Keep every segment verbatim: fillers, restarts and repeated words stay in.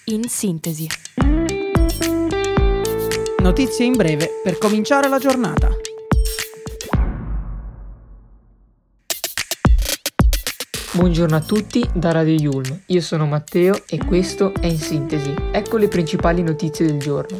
in sintesi. Notizie in breve per cominciare la giornata. Buongiorno a tutti da Radio Yulm, io sono Matteo e questo è In Sintesi. Ecco le principali notizie del giorno.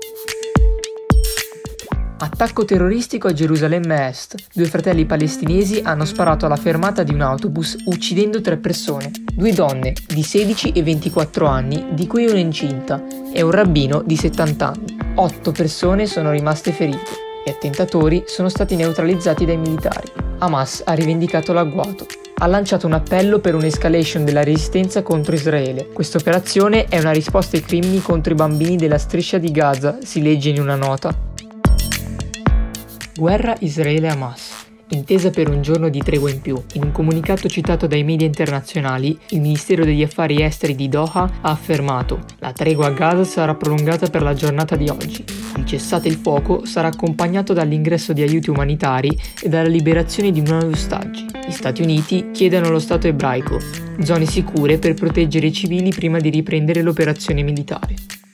Attacco terroristico a Gerusalemme Est. Due fratelli palestinesi hanno sparato alla fermata di un autobus uccidendo tre persone. Due donne di sedici e ventiquattro anni, di cui una incinta, e un rabbino di settanta anni. Otto persone sono rimaste ferite. Gli attentatori sono stati neutralizzati dai militari. Hamas ha rivendicato l'agguato. Ha lanciato un appello per un'escalation della resistenza contro Israele. Questa operazione è una risposta ai crimini contro i bambini della striscia di Gaza, si legge in una nota. Guerra Israele-Hamas. Intesa per un giorno di tregua in più. In un comunicato citato dai media internazionali, il Ministero degli Affari Esteri di Doha ha affermato: la tregua a Gaza sarà prolungata per la giornata di oggi. Il cessate il fuoco sarà accompagnato dall'ingresso di aiuti umanitari e dalla liberazione di nuovi ostaggi. Gli Stati Uniti chiedono allo Stato ebraico zone sicure per proteggere i civili prima di riprendere l'operazione militare.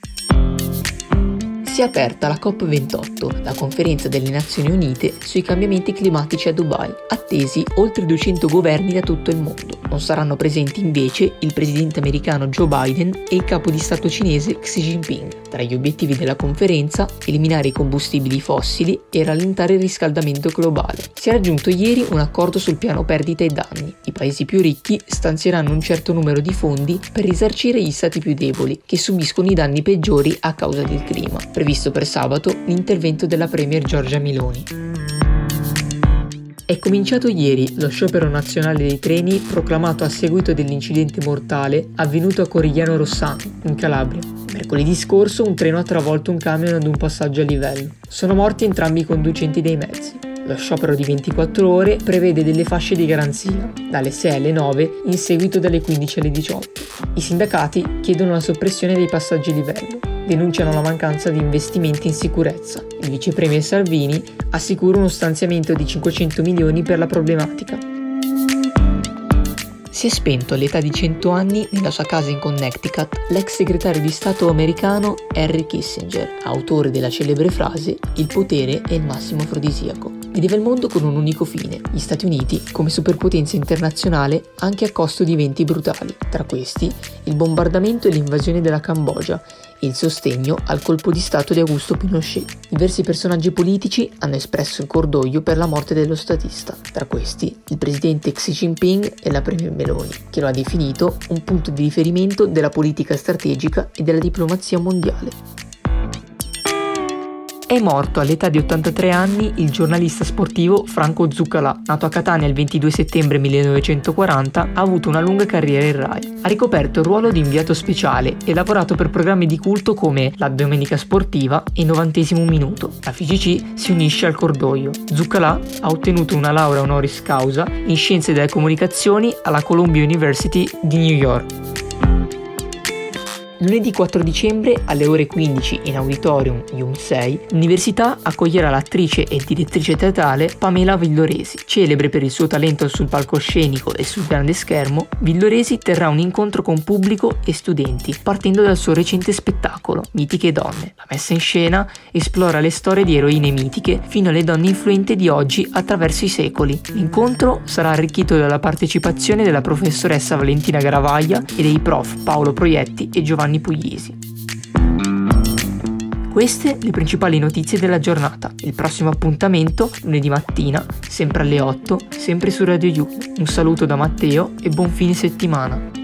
Si è aperta la COP ventotto, la conferenza delle Nazioni Unite sui cambiamenti climatici a Dubai, attesi oltre duecento governi da tutto il mondo. Non saranno presenti invece il presidente americano Joe Biden e il capo di Stato cinese Xi Jinping. Tra gli obiettivi della conferenza, eliminare i combustibili fossili e rallentare il riscaldamento globale. Si è raggiunto ieri un accordo sul piano perdite e danni. I paesi più ricchi stanzieranno un certo numero di fondi per risarcire gli stati più deboli, che subiscono i danni peggiori a causa del clima. Previsto per sabato l'intervento della premier Giorgia Meloni. È cominciato ieri lo sciopero nazionale dei treni proclamato a seguito dell'incidente mortale avvenuto a Corigliano Rossano, in Calabria. Mercoledì scorso un treno ha travolto un camion ad un passaggio a livello. Sono morti entrambi i conducenti dei mezzi. Lo sciopero di ventiquattro ore prevede delle fasce di garanzia, dalle sei alle nove, in seguito dalle quindici alle diciotto. I sindacati chiedono la soppressione dei passaggi a livello. Denunciano la mancanza di investimenti in sicurezza. Il vice premier Salvini assicura uno stanziamento di cinquecento milioni per la problematica. Si è spento all'età di cento anni nella sua casa in Connecticut l'ex segretario di Stato americano Henry Kissinger, autore della celebre frase «Il potere è il massimo afrodisiaco». Vedeva il mondo con un unico fine, gli Stati Uniti come superpotenza internazionale anche a costo di eventi brutali, tra questi il bombardamento e l'invasione della Cambogia e il sostegno al colpo di stato di Augusto Pinochet. Diversi personaggi politici hanno espresso il cordoglio per la morte dello statista, tra questi il presidente Xi Jinping e la premier Meloni, che lo ha definito un punto di riferimento della politica strategica e della diplomazia mondiale. È morto all'età di ottantatré anni il giornalista sportivo Franco Zuccalà. Nato a Catania il ventidue settembre millenovecentoquaranta, ha avuto una lunga carriera in Rai. Ha ricoperto il ruolo di inviato speciale e lavorato per programmi di culto come La Domenica Sportiva e Novantesimo Minuto. La F I G C si unisce al cordoglio. Zuccalà ha ottenuto una laurea honoris causa in Scienze delle Comunicazioni alla Columbia University di New York. Lunedì quattro dicembre alle ore quindici in Auditorium Yum sei, l'università accoglierà l'attrice e direttrice teatrale Pamela Villoresi. Celebre per il suo talento sul palcoscenico e sul grande schermo, Villoresi terrà un incontro con pubblico e studenti, partendo dal suo recente spettacolo Mitiche donne. La messa in scena esplora le storie di eroine mitiche fino alle donne influenti di oggi attraverso i secoli. L'incontro sarà arricchito dalla partecipazione della professoressa Valentina Garavaglia e dei prof Paolo Proietti e Giovanni Puglisi. Queste le principali notizie della giornata. Il prossimo appuntamento lunedì mattina, sempre alle otto, sempre su Radio You. Un saluto da Matteo e buon fine settimana.